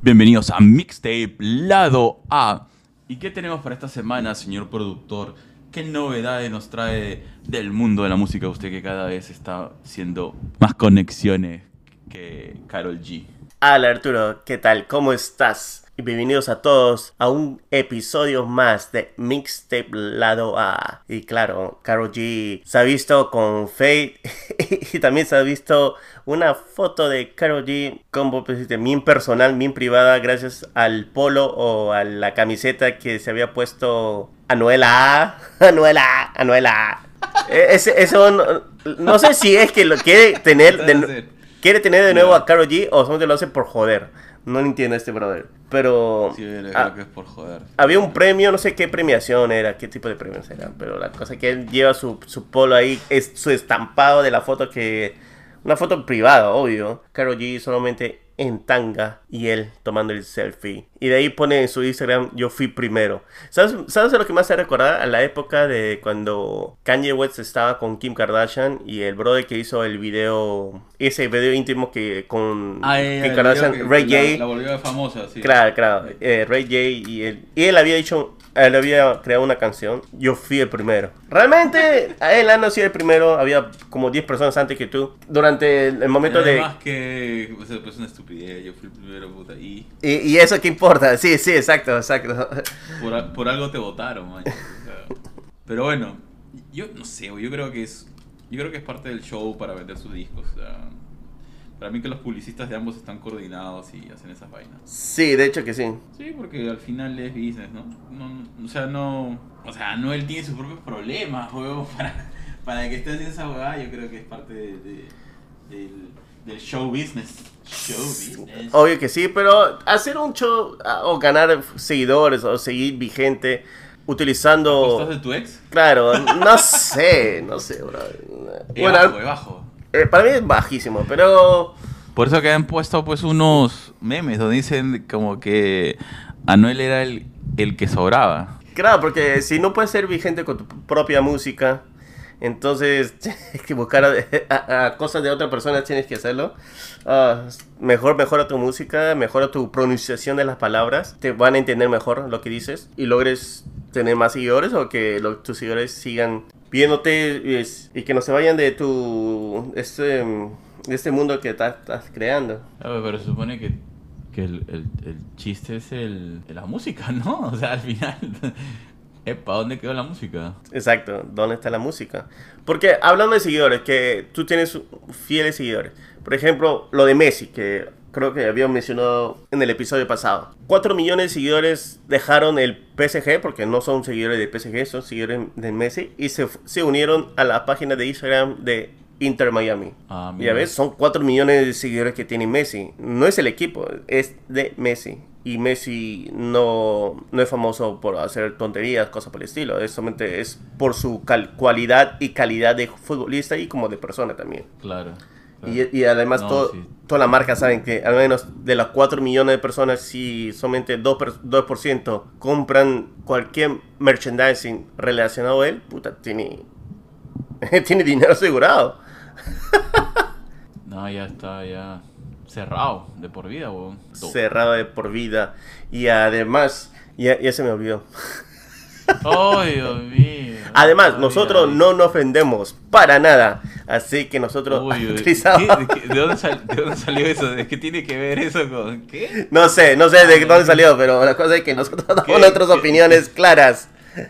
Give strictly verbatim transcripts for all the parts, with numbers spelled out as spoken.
Bienvenidos a Mixtape Lado A. ¿Y qué tenemos para esta semana, señor productor? ¿Qué novedades nos trae del mundo de la música usted que cada vez está haciendo más conexiones que Karol G? Hola Arturo, ¿qué tal? ¿Cómo estás? Y bienvenidos a todos a un episodio más de Mixtape Lado A. Y claro, Karol G se ha visto con Fate y también se ha visto una foto de Karol G como pues, bien personal, bien privada, gracias al polo o a la camiseta que se había puesto Anuela A, Anuela A, Anuela A. Ese, eso no, no sé si es que lo quiere tener de, quiere tener de nuevo a Karol G o solamente lo hace por joder. No lo entiendo a este brother. Pero sí, creo ah, que es por joder. Había un premio, no sé qué premiación era, qué tipo de premios era, pero la cosa es que él lleva su, su polo ahí, es su estampado de la foto que... Una foto privada, obvio. Karol G solamente en tanga y él tomando el selfie. Y de ahí pone en su Instagram, yo fui primero. ¿Sabes, ¿Sabes lo que me hace recordar? A la época de cuando Kanye West estaba con Kim Kardashian y el brother que hizo el video, ese video íntimo que con ah, yeah, Kim Kardashian, que, Ray la, J. La volvió famosa, sí. Claro, claro. Eh, Ray J y él, y él había dicho... Él había creado una canción, yo fui el primero. Realmente, a él no sido el primero, había como diez personas antes que tú. Durante el momento Además de... Además que, o sea, pues una estupidez, yo fui el primero, puta, y... y... Y eso qué importa, sí, sí, exacto, exacto. Por, por algo te votaron, man. O sea, pero bueno, yo no sé, yo creo que es... Yo creo que es parte del show para vender sus discos, o sea... Para mí que los publicistas de ambos están coordinados y hacen esas vainas. Sí, de hecho que sí. Sí, porque al final es business, ¿no? no o sea, no... O sea, no él tiene sus propios problemas, huevo, para, para que esté haciendo esa huevada. Yo creo que es parte de, de, del, del show business. Show business. Obvio que sí, pero hacer un show o ganar seguidores o seguir vigente utilizando... ¿Costas de tu ex? Claro, no sé, no sé, bro. Es bueno, bajo, es bajo. Eh, para mí es bajísimo, pero... Por eso que han puesto pues unos memes donde dicen como que Anuel era el, el que sobraba. Claro, porque si no puedes ser vigente con tu propia música, entonces tienes que buscar a, a, a cosas de otra persona, tienes que hacerlo. Uh, mejor mejora tu música, mejora tu pronunciación de las palabras, te van a entender mejor lo que dices y logres tener más seguidores o que lo, tus seguidores sigan viéndote y, y que no se vayan de tu este, de este mundo que estás, estás creando. Claro, pero se supone que, que el, el, el chiste es el, la música, ¿no? O sea, al final, ¿para dónde quedó la música? Exacto, ¿dónde está la música? Porque hablando de seguidores, que tú tienes fieles seguidores. Por ejemplo, lo de Messi, que creo que había mencionado en el episodio pasado. cuatro millones de seguidores dejaron el P S G, porque no son seguidores de P S G, son seguidores de Messi, y se, se unieron a la página de Instagram de Inter Miami. Ah, ya ves, son cuatro millones de seguidores que tiene Messi. No es el equipo, es de Messi. Y Messi no, no es famoso por hacer tonterías, cosas por el estilo. Es solamente es por su cal- cualidad y calidad de futbolista y como de persona también. Claro. Y, y además no, todo, sí. toda la marca saben que al menos de las cuatro millones de personas, si solamente dos por ciento compran cualquier merchandising relacionado a él, puta, tiene, tiene dinero asegurado. No, ya está, ya cerrado de por vida, weón. Cerrado de por vida. Y además, ya, ya se me olvidó. ¡Oh, Dios mío! Además, nosotros ay, no nos ofendemos para nada. Así que nosotros uy, uy, utilizamos... ¿De, qué, de, dónde sal, ¿De dónde salió eso? ¿De qué tiene que ver eso con qué? No sé, no sé de dónde salió, pero la cosa es que nosotros damos nuestras ¿Qué? opiniones claras.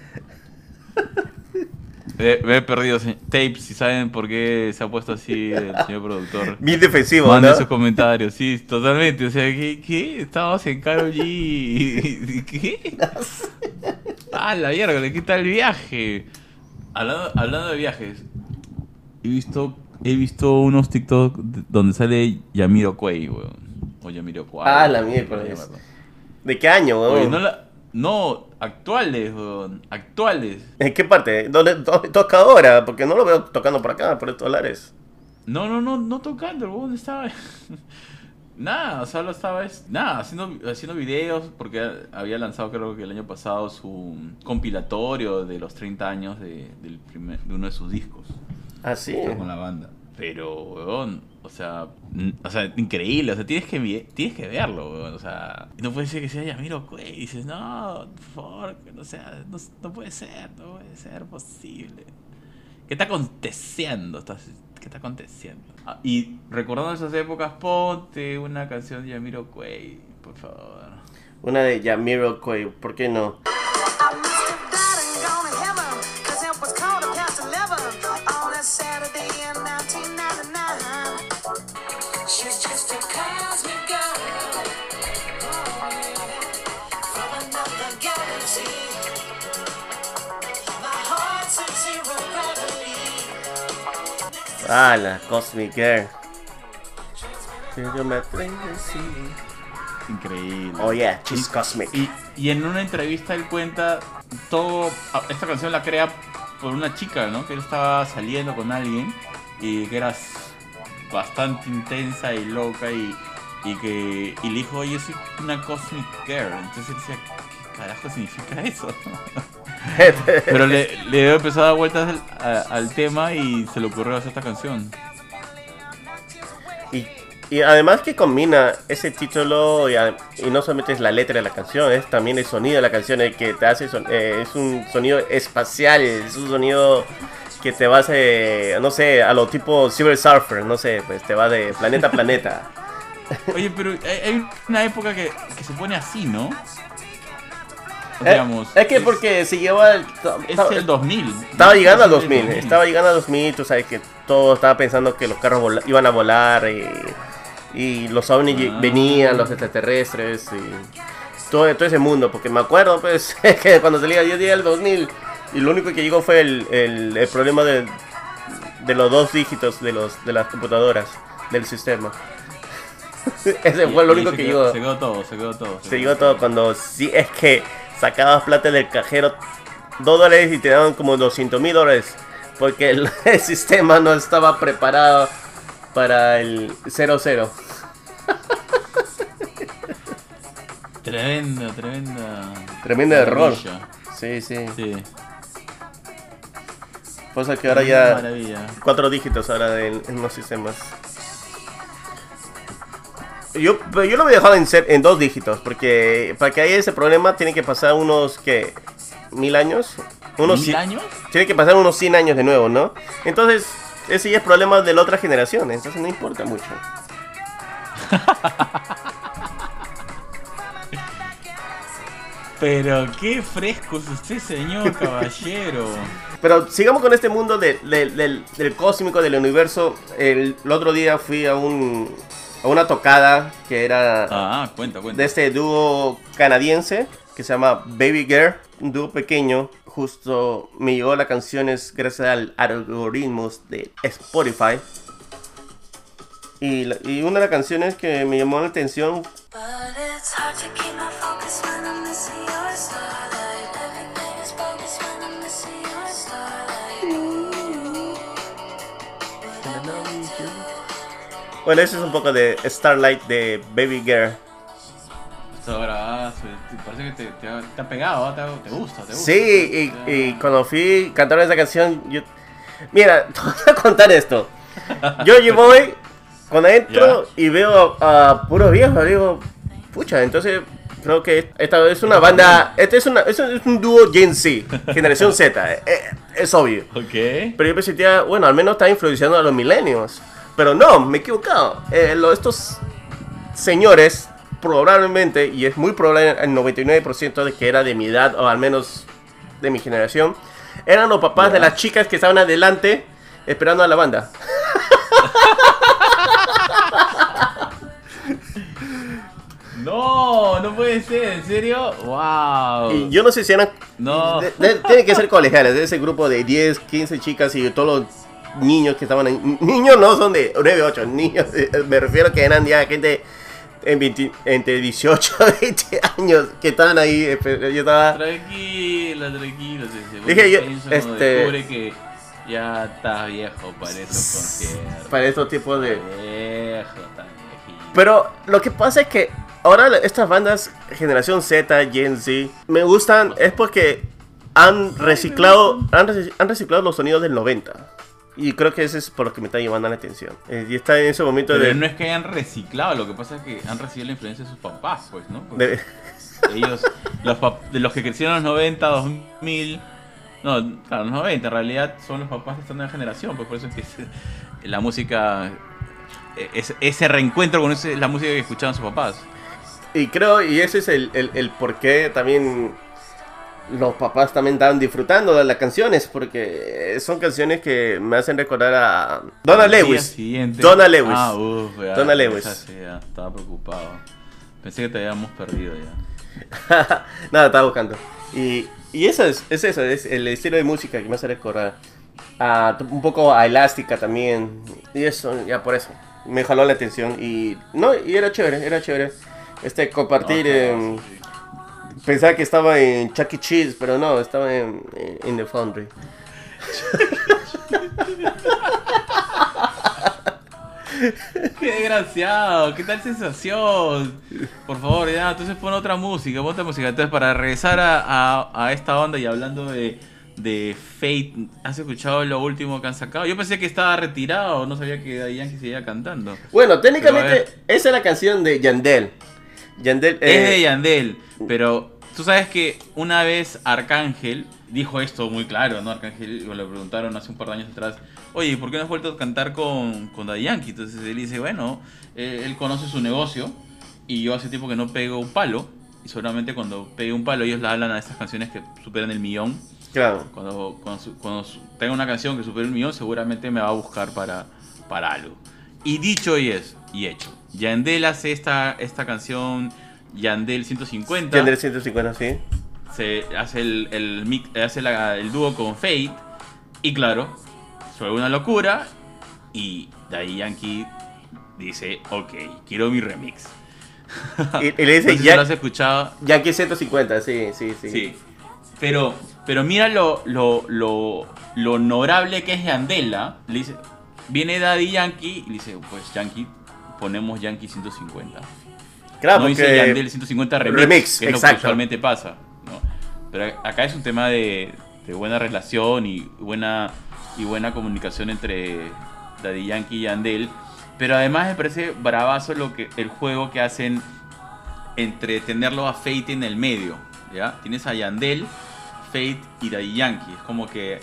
Me, me he perdido tapes, si saben por qué se ha puesto así el señor productor. Bien defensivo, manden ¿no? sus comentarios, sí, totalmente. O sea, ¿qué? ¿Qué? Estábamos en Karol G. ¿Qué? No sé. Ah, la mierda, ¿qué tal el viaje? Hablando, hablando de viajes, he visto, he visto unos TikTok donde sale Jamiroquai, weón. O Jamiroquai. Ah, la mierda. ¿De qué año, weón? Oye, no la... No, actuales, weón. Actuales. ¿En qué parte? ¿Dónde, dónde toca ahora? Porque no lo veo tocando por acá, por estos lares. No, no, no, no tocando, el weón estaba... Nada, o sea, lo estaba... Nada, haciendo, haciendo videos, porque había lanzado creo que el año pasado su compilatorio de los treinta años de, del primer, de uno de sus discos. Ah, sí. Con la banda. Pero, weón, o sea, n- o sea, increíble, o sea, tienes que, vi- tienes que verlo, weón, o sea, no puede ser que sea Jamiroquai, y dices, no, por favor, que no sea, no, no puede ser, no puede ser posible. ¿Qué está aconteciendo? Estás- ¿Qué está aconteciendo? Ah, y recordando esas épocas, ponte una canción de Jamiroquai, por favor. Una de Jamiroquai, ¿por qué no? I must have died and gone to heaven, 'cause it was quarter past eleven on a Saturday in nineteen ninety-nine. She's just a cosmic girl from another galaxy. My heart's at zero gravity. Ah, la Cosmic Girl. Yo me atrevo a decir. Increíble. Oh yeah, she's cosmic. Y, y en una entrevista él cuenta todo. ah, Esta canción la crea por una chica, ¿no? Que él estaba saliendo con alguien y que era s- bastante intensa y loca y, y que y le dijo, oye, soy una cosmic girl. Entonces él decía, ¿qué carajo significa eso? Pero le, le dio empezó a dar vueltas al, a- al tema y se le ocurrió hacer esta canción. Y, y además que combina ese título y, a- y no solamente es la letra de la canción, es también el sonido de la canción el que te hace son- eh, es un sonido espacial, es un sonido que te va a hacer, no sé, a lo tipo Silver Surfer, no sé, pues te va de planeta a planeta. Oye, pero hay, hay una época que, que se pone así, ¿no? Eh, Digamos, es que porque se lleva el, es el dos mil. estaba llegando al Es el dos mil, estaba llegando al dos mil, tú sabes que todo estaba pensando que los carros vola- iban a volar y, y los ovnis lle- Ah. venían, los extraterrestres y todo, todo ese mundo, porque me acuerdo pues que cuando salía yo día el dos mil y lo único que llegó fue el, el, el problema de, de los dos dígitos de los de las computadoras del sistema. Ese fue lo Y- y único se que quedó, llegó. Se quedó todo, se quedó todo. Se llegó todo cuando sí es que sacabas plata del cajero dos dólares y te daban como doscientos mil dólares porque el, el sistema no estaba preparado para el cero cero. Tremenda, tremenda. Tremendo error. maravilla. Sí, sí. Sí. Cosa que ahora Tremenda ya Maravilla. cuatro dígitos ahora en, en los sistemas. Yo, pero yo lo voy a dejar en, ser, en dos dígitos porque para que haya ese problema tiene que pasar unos que mil años. Unos ¿Mil cien- años? Tiene que pasar unos cien años de nuevo, ¿no? Entonces, ese ya es problema de la otra generación, entonces no importa mucho. Pero qué fresco es usted, señor caballero. Pero sigamos con este mundo de- de- del, del cósmico, del universo. El, el otro día fui a un a una tocada que era Ah, cuenta, cuenta. de este dúo canadiense que se llama Baby Girl, un dúo pequeño. Justo me llegó la canción es gracias al algoritmos de Spotify. Y, la- y una de las canciones que me llamó la atención. But it's hard to keep my focus when I'm missing your starlight. Everything is bogus when I'm missing your starlight. What am I to do? Bueno, eso es un poco de Starlight de Baby Girl. Esto ahora, ah, se- parece que te, te ha, te ha pegado, ¿ah? te, ha- te gusta, te gusta. Sí, te- y, y cuando fui cantaron esa canción, yo... Mira, te voy a contar esto. Yo, yo voy, cuando entro y veo a, a puro viejo, digo, pucha, entonces creo que esta es una banda, este es, una, es, un, es un dúo Gen Z, generación Z, eh, eh, es obvio. Ok. Pero yo pensé, tía, bueno, al menos está influenciando a los millennials. Pero no, me he equivocado. Eh, lo- estos señores, probablemente, y es muy probable el noventa y nueve por ciento de que era de mi edad, o al menos de mi generación, eran los papás Ya. de las chicas que estaban adelante esperando a la banda. No, no puede ser, ¿en serio? Wow. Y yo no sé si eran... No. de- de- tienen que ser colegiales, de ese grupo de diez, quince chicas y todos los niños que estaban ahí. Niños no son de nueve, ocho, niños, eh, me refiero a que eran ya gente en veinte entre dieciocho y veinte años que estaban ahí. espe- Yo estaba... Tranquila, tranquila. sí, sí. Dije yo, Pienso cuando este- descubre que ya estás viejo para esos conciertos. Para estos tipos de... Viejo, tan viejito. Pero lo que pasa es que ahora la- estas bandas generación Z, Gen Z, me gustan es porque han reciclado han, reci- han reciclado los sonidos del noventa. Y creo que eso es por lo que me está llamando la atención. Eh, y está en ese momento Pero de... no es que hayan reciclado, lo que pasa es que han recibido la influencia de sus papás, pues, ¿no? Porque de- ellos, los, pap- de los que crecieron en los noventa, dos mil, no, claro, los noventa en realidad son los papás de esta nueva generación, pues por eso es que es- la música, es, ese reencuentro con ese, la música que escuchaban sus papás. Y creo, y ese es el, el, el por qué también los papás también estaban disfrutando de las canciones, porque son canciones que me hacen recordar a Donna Al día Lewis. siguiente- Donna Lewis. Ah, uff, ya, Donna Lewis. esa sí, ya, estaba preocupado. Pensé que te habíamos perdido ya. Nada, estaba buscando. Y, y eso es, es eso, es el estilo de música que me hace recordar. A, un poco a Elástica también. Y eso, ya por eso. Me jaló la atención. Y no, y era chévere, era chévere. Este, compartir. No, claro, em, sí, sí. Pensaba que estaba en Chuck E. Cheese, pero no, estaba en, en, en The Foundry. Qué desgraciado, qué tal sensación. Por favor, ya, entonces pon otra música, pon otra música. Entonces, para regresar a, a, a esta onda y hablando de, de Fate, ¿has escuchado lo último que han sacado? Yo pensé que estaba retirado, no sabía que Daddy Yankee seguía cantando. Bueno, Pero a técnicamente, ver. esa es la canción de Yandel. Yandel, Es eh, de Yandel, pero tú sabes que una vez Arcángel dijo esto muy claro, ¿no? Arcángel le preguntaron hace un par de años atrás, oye, ¿por qué no has vuelto a cantar con, con Daddy Yankee? Entonces él dice, bueno, eh, él conoce su negocio y yo hace tiempo que no pego un palo y seguramente cuando pegue un palo ellos le hablan a estas canciones que superan el millón. claro. Cuando, cuando, su- cuando su- tenga una canción que supere un millón seguramente me va a buscar para, para algo. Y dicho y es, y hecho. Yandel hace esta, esta canción, Yandel ciento cincuenta. Yandel ciento cincuenta, sí. Se hace el, el, mix- hace la- el dúo con Fate. Y claro, fue una locura. Y Daddy Yankee dice, ok, quiero mi remix. Y, y le dice, No sé si ya, lo has escuchado. Yankee ciento cincuenta, sí, sí, sí. Sí. Pero, pero mira lo, lo, lo, lo honorable que es Yandela. Le dice, viene Daddy Yankee y le dice, pues Yankee, ponemos Yankee ciento cincuenta. Claro, no dice porque- Yandel ciento cincuenta remix, Remix, que es lo que exacto. usualmente pasa, ¿no? Pero acá es un tema de, de buena relación y buena, y buena comunicación entre Daddy Yankee y Yandel. Pero además me parece bravazo lo que, el juego que hacen entre tenerlo a Fate en el medio, ¿ya? Tienes a Yandel, Fate y Daddy Yankee. Es como que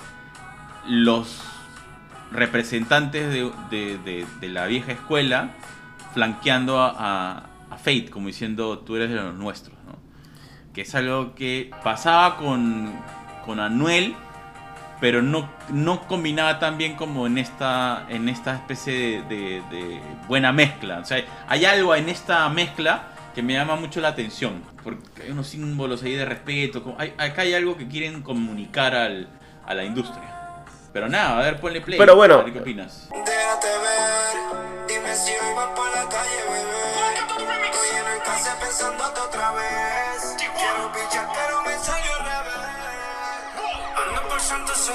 los representantes de, de- de- de la vieja escuela flanqueando a, a- a Fate, como diciendo tú eres de los nuestros, ¿no? Que es algo que pasaba con, con Anuel, pero no, no combinaba tan bien como en esta, en esta especie de, de- de buena mezcla. O sea, hay algo en esta mezcla que me llama mucho la atención, porque hay unos símbolos ahí de respeto. como- hay- acá hay algo que quieren comunicar al, a la industria. Pero nada, a ver, ponle play. Pero bueno. A ver, ¿qué opinas? Déjate ver, dime si hoy vas por la calle, bebé. Estoy en el casa pensándote otra vez. Quiero pichar, pero me salió al revés. Ando por Santos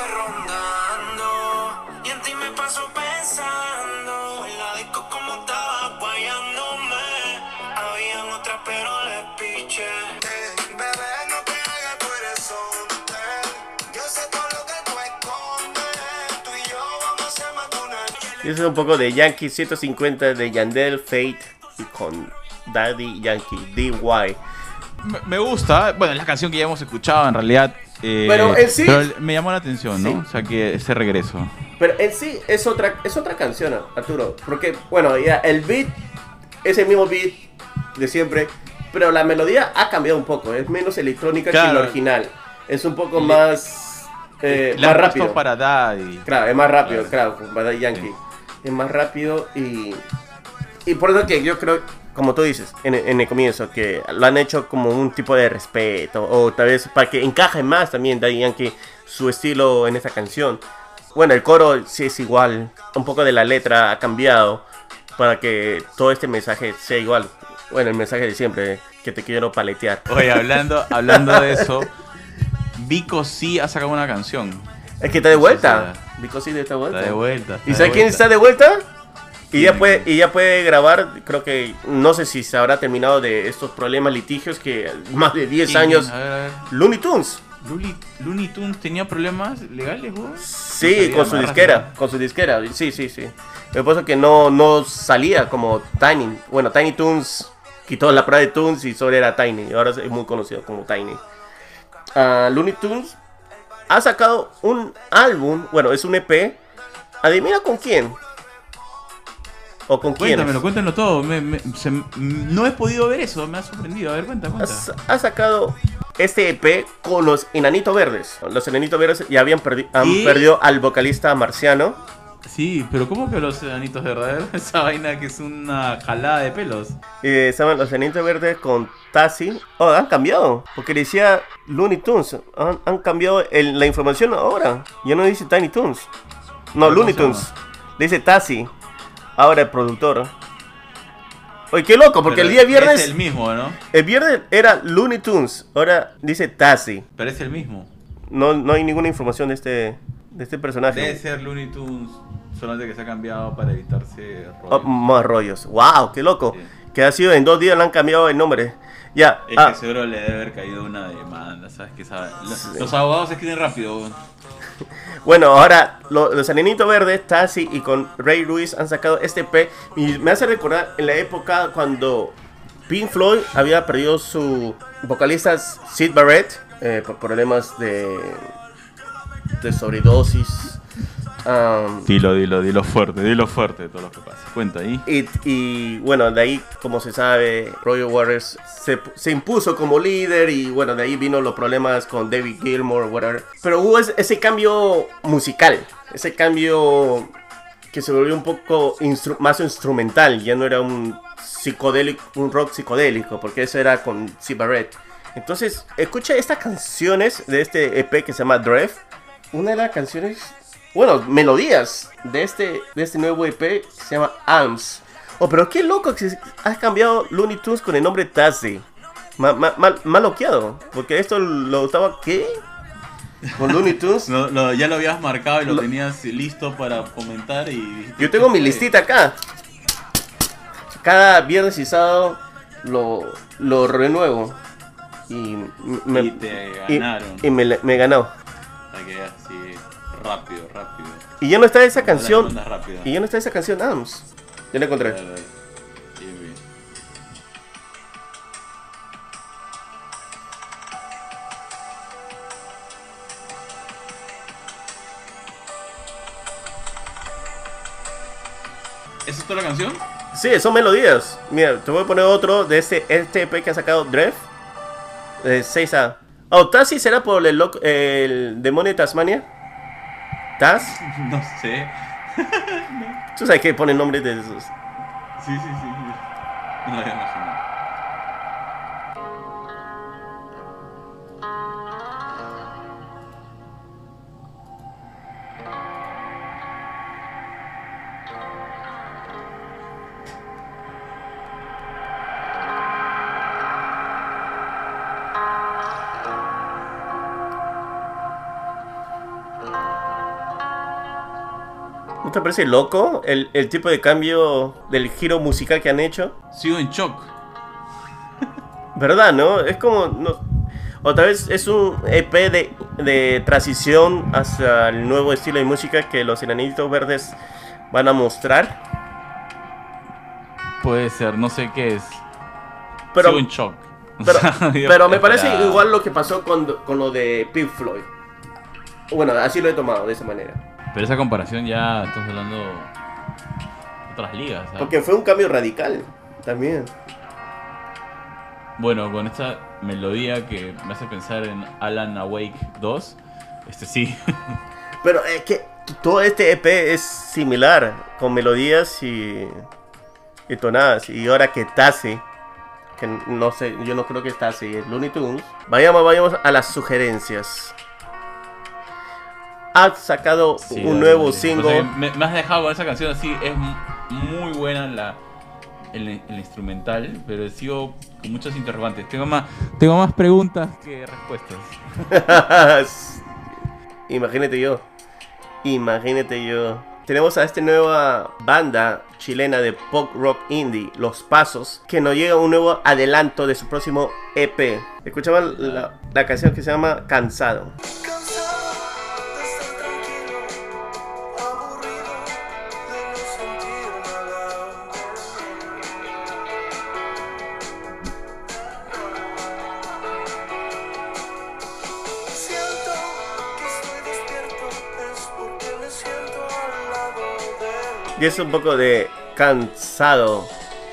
rondando y en ti me paso pensando. En la disco como estaba guayándome. Habían otras pero les piché. Eh, bebé, no te hagas, tú eres hombre. Yo sé todo lo que tú escondes. Tú y yo vamos a ser más de una. Y eso es un poco de Yankee ciento cincuenta de Yandel, Fate y con Daddy Yankee, D Y. Me, me gusta, bueno, es la canción que ya hemos escuchado en realidad. eh, Pero en sí- pero me llamó la atención, ¿no? Sí. O sea, que ese regreso. Pero en sí es otra, es otra canción, Arturo. Porque, bueno, ya el beat es el mismo beat de siempre. Pero la melodía ha cambiado un poco. Es menos electrónica que Claro. la original. Es un poco Le- más, eh, La más han puesto rápido. para Daddy. Claro, es más rápido, Claro. claro, para Daddy Yankee. Es más rápido y. Y por eso que yo creo, como tú dices, en, en el comienzo, que lo han hecho como un tipo de respeto. O tal vez para que encaje más también Daddy Yankee su estilo en esa canción. Bueno, el coro sí es igual. Un poco de la letra ha cambiado para que todo este mensaje sea igual. Bueno, el mensaje de siempre, que te quiero paletear. Oye, hablando, hablando de eso, Vico sí ha sacado una canción. Es que está de vuelta. O sea, Vico sí está de vuelta. Está de vuelta. ¿Y de sabe quién vuelta. está de vuelta? Y ya, ¿Quién? puede, y ya puede grabar, creo que, no sé si se habrá terminado de estos problemas litigios que más de diez ¿Quién? años. A ver, a ver. Looney Tunes. Looney, Looney Tunes tenía problemas legales, güey. Sí, No sabía, con su me disquera, arrastra. con su disquera, sí, sí, sí. Lo que pasa es que no, no salía como Tiny. Bueno, Tiny Toons quitó la palabra de Toons y solo era Tiny. Y ahora es muy conocido como Tiny. Ah, Looney Tunes ha sacado un álbum, bueno, es un E P. Adivina con quién. ¿O con quién? Cuéntamelo, cuéntamelo todo. Me, me- se- no he podido ver eso, me ha sorprendido. A ver, cuenta, cuenta. Ha, ha sacado este E P con los Enanitos Verdes. Los Enanitos Verdes ya habían perdi- han ¿Y? perdido al vocalista Marciano. Sí, pero ¿cómo que los enanitos verdaderos? Esa vaina que es una jalada de pelos. Eh, estaban los Enanitos Verdes con Tassi. Oh, han cambiado. Porque decía Looney Tunes. Han, han cambiado el- la información ahora. Ya no dice Tiny Toons. No, ¿Cómo Looney se llama? Tunes. Dice Tassi. Ahora el productor. Oye, qué loco, porque Pero el día viernes. Es el mismo, ¿no? El viernes era Looney Tunes. Ahora dice Tassi. Pero es el mismo. No, no hay ninguna información de este, de este personaje. Debe ser Looney Tunes, solamente que se ha cambiado para evitarse Oh, rollos. más rollos. ¡Wow! ¡Qué loco! Sí. Que ha sido en dos días le han cambiado el nombre. Ya. Es ah, que seguro le debe haber caído una demanda, ¿sabes? Que sabe- lo- Los abogados escriben rápido. weón. Bueno, ahora lo- los Enanitos Verdes, Tassi y con Ray Ruiz han sacado este E P. Y me hace recordar en la época cuando Pink Floyd había perdido su vocalista Syd Barrett eh, por problemas de, de sobredosis. Um, Dilo, dilo, dilo fuerte, dilo fuerte de todo lo que pasa. Cuenta ahí. Y, y, bueno, de ahí, como se sabe, Roger Waters se, se impuso como líder y bueno, de ahí vino los problemas con David Gilmour, whatever. Pero hubo ese, ese cambio musical, ese cambio que se volvió un poco instru- más instrumental, ya no era un psicodélico, un rock psicodélico, porque eso era con Syd Barrett. Entonces, escucha estas canciones de este E P que se llama Drive. Una de las canciones, bueno, melodías de este, de este nuevo E P se llama Alms. Oh, pero qué loco que has cambiado Looney Tunes con el nombre Tassi. Mal, mal, mal, mal loqueado. Porque esto lo estaba, ¿qué? Con Looney Tunes. Lo- lo- ya lo habías marcado y lo, Lo- tenías listo para comentar y... Yo tengo mi listita acá. Cada viernes y sábado lo, lo renuevo. Y me, Y te y- ganaron. y me, me ganó. Para que veas así, rápido, rápido. Y ya no está esa Todas las canción. rondas rápidas. Y ya no está esa canción Alms. Ya la encontré. Dale, dale. Bien, bien. ¿Esa es toda la canción? Sí, son melodías. Mira, te voy a poner otro de este, este E P que ha sacado Drev. De seis A. Oh, Tassi será por el, loco- el demonio de Tasmania. Taz. No sé. Tú sabes que ponen nombres de esos. Sí, sí, sí. No lo había imaginado. ¿No te parece loco el, el tipo de cambio del giro musical que han hecho? Sigo en shock. ¿Verdad, no? Es como... No, otra vez es un E P de, de transición hacia el nuevo estilo de música que los Enanitos Verdes van a mostrar. Puede ser, no sé qué es. Pero, Sigo en shock. O pero, sea, yo pero me parece esperaba. igual lo que pasó con, con lo de Pink Floyd. Bueno, así lo he tomado, de esa manera. Pero esa comparación ya estás hablando de otras ligas, ¿sabes? Porque fue un cambio radical también. Bueno, con esta melodía que me hace pensar en Alan Awake dos, este sí. Pero es que todo este E P es similar, con melodías y, y tonadas. Y ahora que Tassi, que no sé, yo no creo que Tassi es Looney Tunes. Vayamos, vayamos a las sugerencias. Ha sacado Sí, un dale, nuevo dale. single. O sea, me, me has dejado con esa canción así, es m- muy buena la, el, el instrumental, pero sigo con muchos interrogantes. Tengo más, tengo más preguntas que respuestas. Imagínate yo. Imagínate yo. tenemos a esta nueva banda chilena de pop rock indie, Los Pasos, que nos llega un nuevo adelanto de su próximo E P. Escuchamos la, la canción que se llama Cansado. Cansado de estar tranquilo, aburrido de no sentirme al lado. Siento que estoy despierto, es porque me siento al lado de él. Y es un poco de Cansado.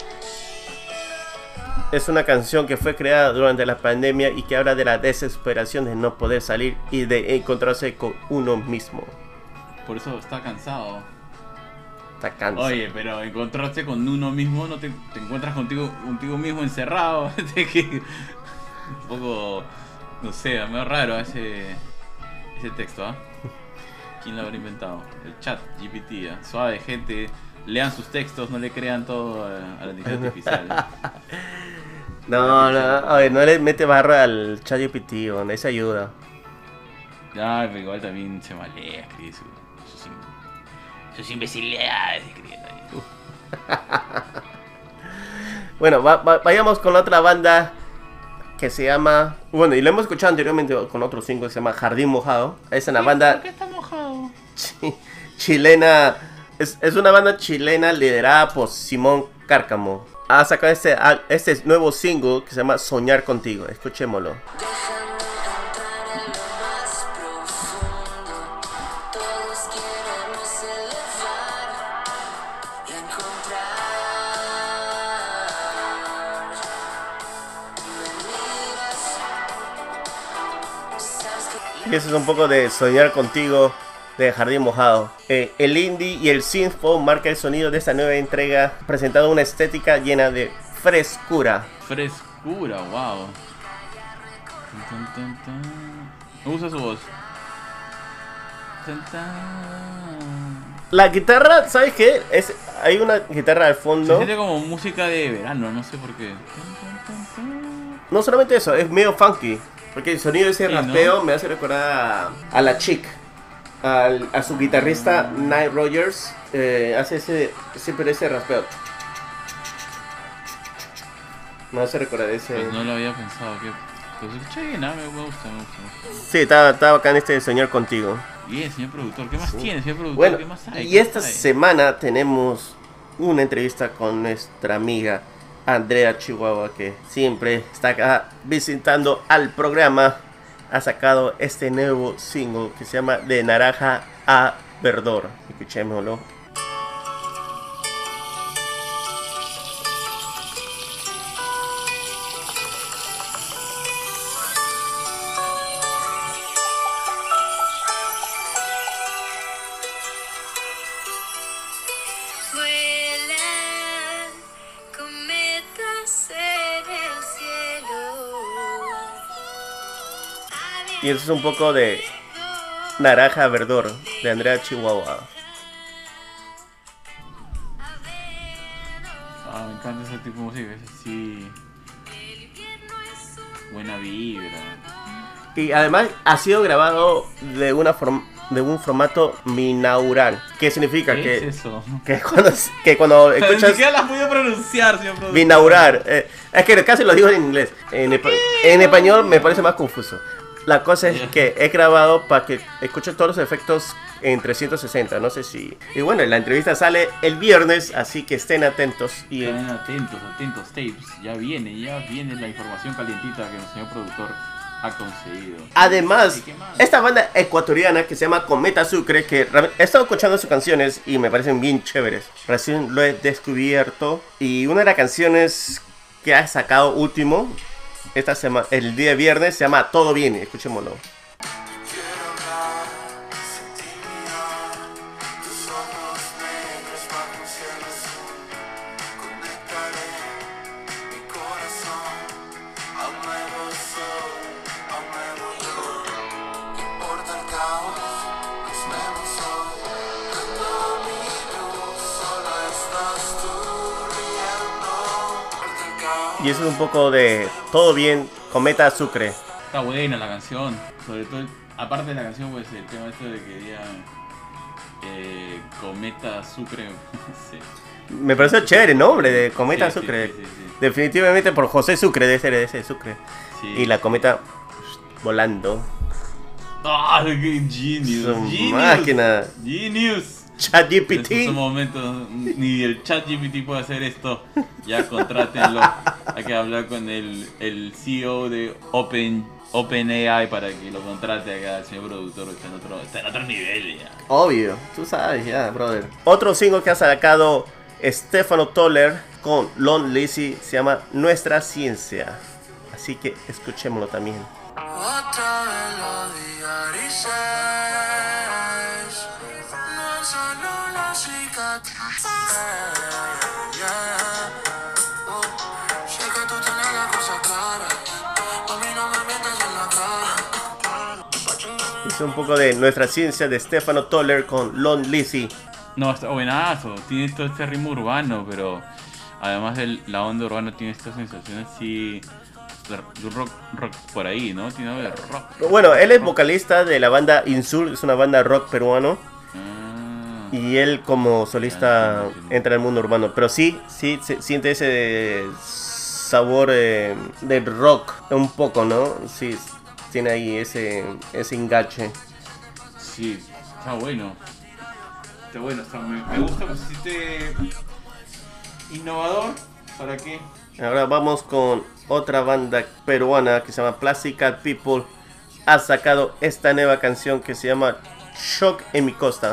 Es una canción que fue creada durante la pandemia y que habla de la desesperación de no poder salir y de encontrarse con uno mismo. Por eso está cansado. Está cansado. Oye, pero encontrarse con uno mismo, no te, te encuentras contigo, contigo mismo encerrado. De que, un poco, no sé, medio raro ese, ese texto, ¿ah? ¿Quién lo habrá inventado? El chat G P T, ¿eh? Suave, gente. Lean sus textos, no le crean todo a, a la inteligencia artificial. No, no, oye, no le mete barra al chat G P T, donde esa ayuda. Ay, pero igual también se malea escribir su, sus, im- sus imbecilidades escribiendo ahí. Bueno, va- va- vayamos con otra banda que se llama... Bueno, y lo hemos escuchado anteriormente con otro single que se llama Jardín Mojado. Es una banda ¿Por qué está mojado? chi- chilena. Es, es una banda chilena liderada por Simón Cárcamo. Ha sacado este, al- este nuevo single que se llama Soñar Contigo. Escuchémoslo. Déjame entrar en lo más profundo. Todos queremos elevar y encontrar. Me miras, sabes que Y eso es un poco de Soñar Contigo de Jardín Mojado. Eh, el indie y el synthpop marca el sonido de esta nueva entrega, presentando una estética llena de frescura. Frescura, wow. Tan, tan, tan, tan. Me gusta su voz. Tan, tan. La guitarra, ¿sabes qué? Es, hay una guitarra al Se fondo. siente como música de verano, no sé por qué. Tan, tan, tan, tan. No solamente eso, es medio funky. Porque el sonido de ese Sí, raspeo ¿no? me hace recordar a, a la chick. Al- a su guitarrista Nile Rogers. eh, hace ese, siempre ese raspeo. Me hace recordar ese. Pues no lo había pensado. Que... Pues escuché bien, ah, me me gusta, me gusta. Me gusta. Sí, está, está bacán este de Soñar Contigo. Bien, señor productor, ¿qué más tiene, señor productor? Bueno, ¿Qué más hay? y ¿Qué esta más hay? semana tenemos una entrevista con nuestra amiga Andrea Chihuahua, que siempre está acá visitando al programa. Ha sacado este nuevo single que se llama De Naranja a Verdor. Escuchémoslo. vuelan cometas en el cielo. Y eso es un poco de Naranja a Verdor de Andrea Chihuahua. Ah, me encanta ese tipo de música, es así. Buena vibra. Y además ha sido grabado de una forma de un formato binaural. ¿Qué significa? ¿Qué que, es eso? que cuando, que cuando Ni escuchas siquiera las pude pronunciar, señor productor. binaural, eh, es que casi lo digo en inglés. En, espa- en español me parece más confuso. La cosa es que he grabado para que escuchen todos los efectos en trescientos sesenta. No sé si. Y bueno, la entrevista sale el viernes, así que estén atentos. Y Estén atentos, atentos, tapes. Ya viene, ya viene la información calientita que el señor productor ha conseguido. además, ¿Y qué más? esta banda ecuatoriana que se llama Cometa Sucre, que realmente- he estado escuchando sus canciones y me parecen bien chéveres. Recién lo he descubierto. Y una de las canciones que ha sacado último, esta semana, el día viernes, se llama Todo Bien. Escuchémoslo. Quiero hablar sin intimidad, tus ojos negros bajo un cielo azul. Conectaré mi corazón a un nuevo sol, a un nuevo yo. Importa el caos, nos vemos hoy. Cuando mi luz solo estás tú brillando. Importa el caos. Y eso es un poco de Todo Bien, Cometa Sucre. Está buena la canción. Sobre todo, aparte de la canción, pues el tema este de que ella Eh, Cometa Sucre. Sí. Me pareció chévere el nombre de Cometa Sí, sí, Sucre. sí, sí, sí. Definitivamente por José Sucre, debe ser ese Sucre. Sí. Y la cometa volando. ¡Ah, qué genius! Su Genius. máquina. Genius. En ChatGPT. estos momentos ni el ChatGPT puede hacer esto. Ya contrátenlo. Hay que hablar con el, el C E O de Open OpenAI para que lo contrate acá al señor productor. Está en otro, está en otro nivel ya. Obvio, tú sabes ya, brother. Otro single que ha sacado Stefano Toller con Lon Lizzy se llama Nuestra Ciencia. Así que escuchémoslo también. Otra vez lo diarices. No es solo la cicatriz. Yeah. Oh, sé que tú tienes las cosas claras. A mí no me mientas en la cara. Es un poco de Nuestra Ciencia de Stefano Toller con Lon Lizzy. No, está buenazo. Tiene todo este ritmo urbano, pero además de la onda urbana tiene esta sensación así de rock, rock por ahí, ¿no? Tiene algo de rock. Bueno, él es vocalista de la banda Insur, es una banda rock peruano. Ah, Y él como solista entra al mundo urbano. Pero sí, sí, se siente ese sabor eh, de rock un poco, ¿no? Sí, tiene ahí ese, ese engache. sí, está bueno. Está bueno, está, me, me gusta, pues si te innovador. ¿Para qué? Ahora vamos con otra banda peruana que se llama Plastic People. Ha sacado esta nueva canción que se llama Shock en mi costa.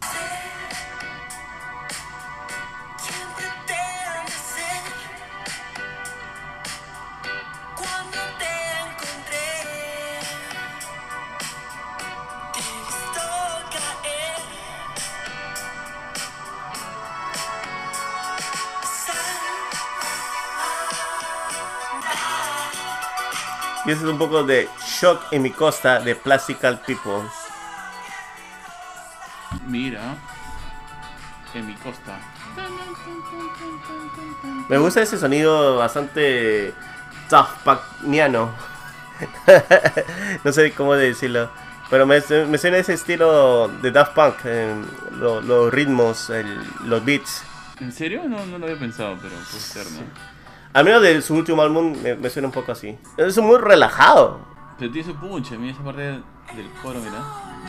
Siempre te abracé cuando te encontré. Te he visto caer. Y ese es un poco de Shock en mi costa de Plastic People. Mira, en mi costa. Me gusta ese sonido bastante Daft Punkniano. No sé cómo decirlo. Pero me, me suena ese estilo de Daft Punk. eh, lo- los ritmos, el- los beats. ¿En serio? No, no lo había pensado, pero puede ser, ¿no? Al menos de su último álbum me, me suena un poco así. Es muy relajado. Pero tiene su punch, mira esa parte del coro, mira.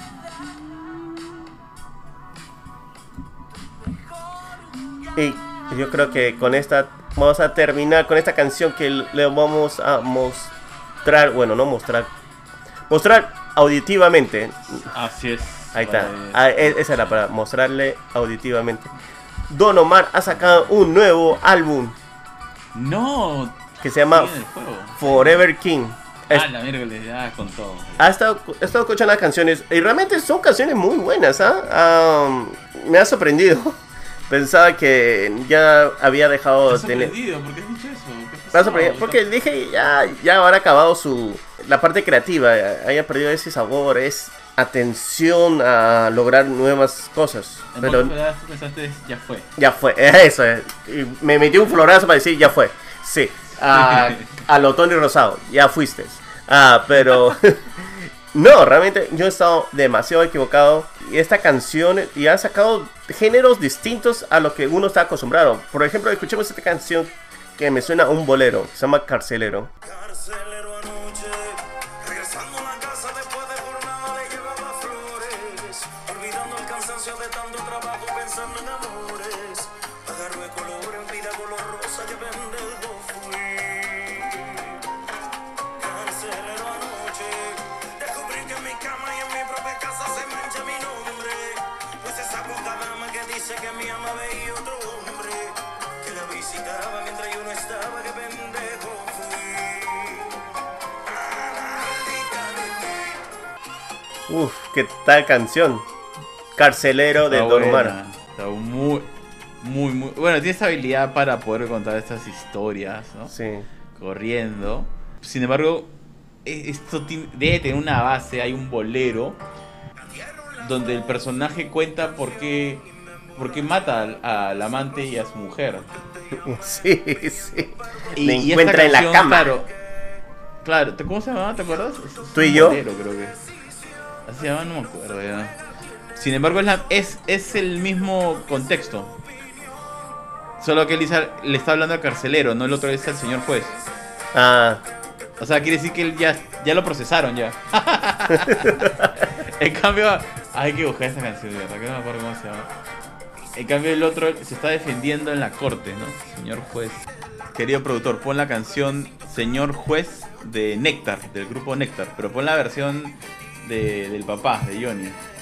Y yo creo que con esta vamos a terminar con esta canción que le vamos a mostrar. Bueno, no mostrar. Mostrar auditivamente. Así es. Ahí está. Vale. Ah, e- esa era para mostrarle auditivamente. Don Omar ha sacado un nuevo álbum No. que se llama sigue en el juego. Forever King. Es- Ah, la miércoles, ya con todo. ha estado, he estado escuchando las canciones y realmente son canciones muy buenas. ¿ah? Ah, me ha sorprendido. Pensaba que ya había dejado ¿Estás de tener. sorprendido? ¿Por qué has dicho eso? ¿Qué ha Me ha pasado? sorprendido, porque dije ya, ya habrá acabado su la parte creativa, haya perdido ese sabor, es atención a lograr nuevas cosas. En Pero pocas palabras, tú pensaste, ya fue. ya fue, eso es. Y me metí un florazo para decir ya fue. Sí, a, a lo Tony Rosado, ya fuiste. Ah, pero no, realmente yo he estado demasiado equivocado. Y esta canción y ha sacado géneros distintos a lo que uno está acostumbrado. Por ejemplo, escuchemos esta canción que me suena a un bolero, se llama Carcelero. Carcelero anoche, regresando a la casa después de jornada le llevaba flores, olvidando el cansancio de tanto trabajo pensando en amores. Agarro de color en vida color rosa que pendejo fui. Carcelero anoche, descubrí que en mi cama y en mi propia casa se mancha mi nombre, pues esa poca dama que dice que mi ama veía otro hombre, que la visitaba mientras yo no estaba, que pendejo fui. Uf, qué tal canción. Carcelero de Está Don buena, Omar. Está muy, muy, muy. Bueno, tiene esta habilidad para poder contar estas historias, ¿no? Sí. Corriendo. Sin embargo, e- esto tiene- debe tener una base. Hay un bolero donde el personaje cuenta por qué, por qué mata al, al amante y a su mujer. Sí, sí. Y, Me y esta encuentra en la canción, cama. Claro, claro, ¿te- ¿cómo se llamaba? ¿Te acuerdas? Es- es ¿Tú y un yo? bolero, creo que. Así se llama, no me acuerdo ya. Sin embargo, es, la, es, es el mismo contexto. Solo que Lisa le está hablando al carcelero, no el otro es al señor juez. Ah, O sea, quiere decir que él ya, ya lo procesaron ya. En cambio, hay que buscar esta canción, de verdad, que no me acuerdo cómo se llama. En cambio, el otro se está defendiendo en la corte, ¿no? Señor juez. Querido productor, pon la canción Señor Juez de Néctar, del grupo Néctar. Pero pon la versión de, del papá, de Johnny.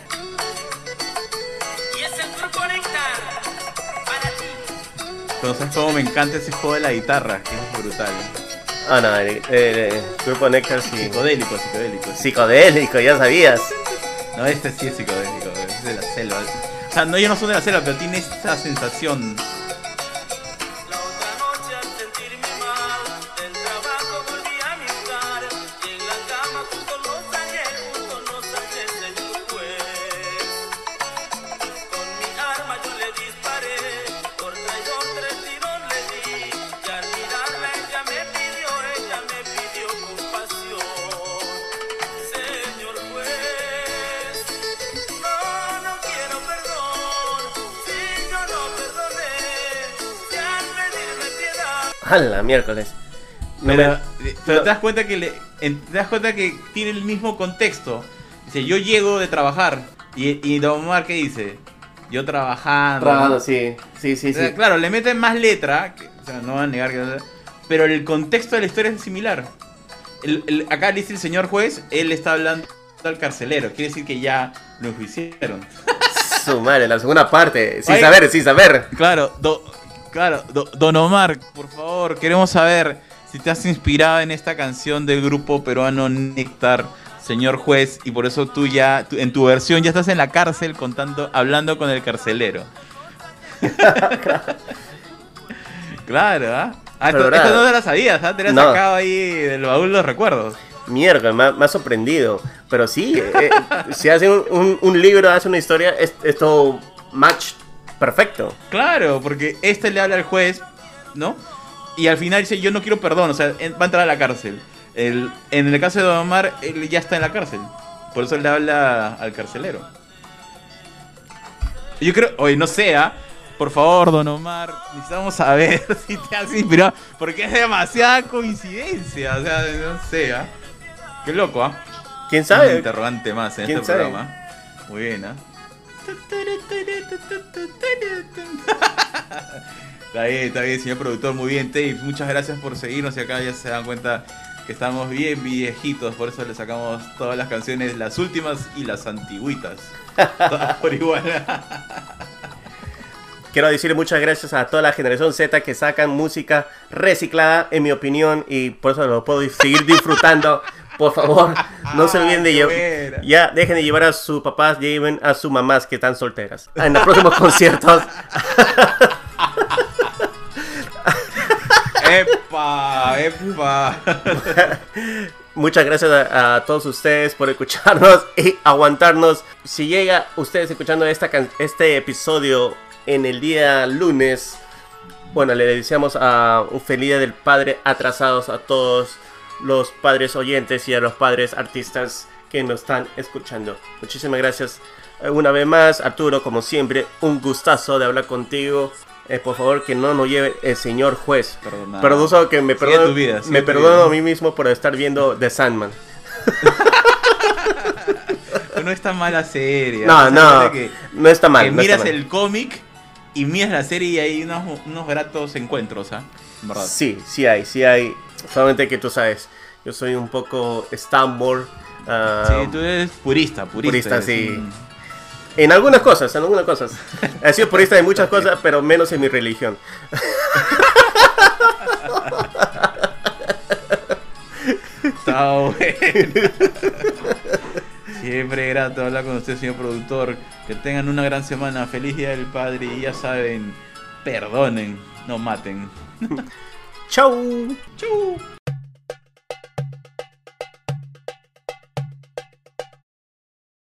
Y es el grupo Néctar para ti. Pero sabes cómo me encanta ese juego de la guitarra, que es brutal. ah no, el, el- el grupo Néctar sí. Psicodélico, psicodélico. Psicodélico, ya sabías. No, este sí es psicodélico, es de la selva. O sea, no, ellos no son de la selva, pero tiene esta sensación. La otra noche al sentirme mal del trabajo volví a mi hogar y en la cama junto los ángeles, junto los ángeles señor juez. Con mi arma yo le disparé, por traidor tres tiros le di y al mirarla ella me pidió, ella me pidió compasión. Señor juez, no, no quiero perdón, si yo no perdoné, si al pedirme piedad. A la miércoles. No Pero, me- eh, pero no- te das cuenta que le, en- te das cuenta que tiene el mismo contexto. Dice, yo llego de trabajar. Y, y Don Omar, ¿qué dice? Yo trabajando. Trabajando, sí, sí, sí, O sea, sí. claro, le meten más letra. Que, o sea, no van a negar que. Pero el contexto de la historia es similar. El- el- acá dice el señor juez, él está hablando al carcelero. Quiere decir que ya lo enjuiciaron. Su madre, la segunda parte. Sin Ay. saber, sin saber. Claro, do- claro do- Don Omar, por favor, queremos saber si te has inspirado en esta canción del grupo peruano Néctar, señor juez, y por eso tú ya, tú- en tu versión ya estás en la cárcel contando, hablando con el carcelero. Claro, ¿ah? Ah, esto, Pero esto nada. no te la sabías, ¿ah? Te la has No. sacado ahí del baúl de los recuerdos. Mierda, me ha, me ha sorprendido. Pero sí, eh, si hace un, un- un libro, hace una historia, es, es todo match perfecto. Claro, porque este le habla al juez, ¿no? Y al final dice, yo no quiero perdón, o sea, en- va a entrar a la cárcel. El- en el caso de Don Omar, él ya está en la cárcel. Por eso le habla al carcelero. Yo creo, oye, no sea, por favor, Don Omar, necesitamos saber si te has inspirado, porque es demasiada coincidencia, o sea, no sea. Qué loco, ¿ah? ¿Quién Un sabe? interrogante más en ¿Quién este sabe? programa. Muy bien, ¿ah? Está bien, está bien, señor productor, muy bien, Tape. Muchas gracias por seguirnos y acá ya se dan cuenta que estamos bien viejitos, por eso le sacamos todas las canciones, las últimas y las antigüitas. Todas por igual. Quiero decir muchas gracias a toda la generación Z que sacan música reciclada, en mi opinión, y por eso lo puedo seguir disfrutando. Por favor, no se olviden de Qué llevar. buena. Ya dejen de llevar a sus papás, lleven a sus mamás que están solteras. En los próximos conciertos. ¡Epa! ¡Epa! Muchas gracias a, a todos ustedes por escucharnos y aguantarnos. Si llega ustedes escuchando esta can- este episodio en el día lunes, bueno, le deseamos a un feliz día del padre atrasados a todos los padres oyentes y a los padres artistas que nos están escuchando. Muchísimas gracias eh, una vez más, Arturo, como siempre, un gustazo de hablar contigo. Eh, por favor, que no nos lleve el señor juez. Perdonado. Perdoso que me Sigue perdono, tu vida, sigue me tu perdono vida. a mí mismo por estar viendo The Sandman. No es tan mala serie. No, ¿ah? no, Que, no está mal. que no está miras mal. el cómic y miras la serie y hay unos, unos gratos encuentros, ¿ah? En verdad. Sí, sí hay, sí hay. Solamente que tú sabes, yo soy un poco Stamford. ah, Sí, tú eres purista, purista. Purista, eres sí. un- En algunas cosas, en algunas cosas. He sido purista de muchas cosas, pero menos en mi religión. Está bueno. Siempre grato hablar con usted, señor productor. Que tengan una gran semana. Feliz Día del Padre. Y ya saben, perdonen, no maten. Chau. Chau.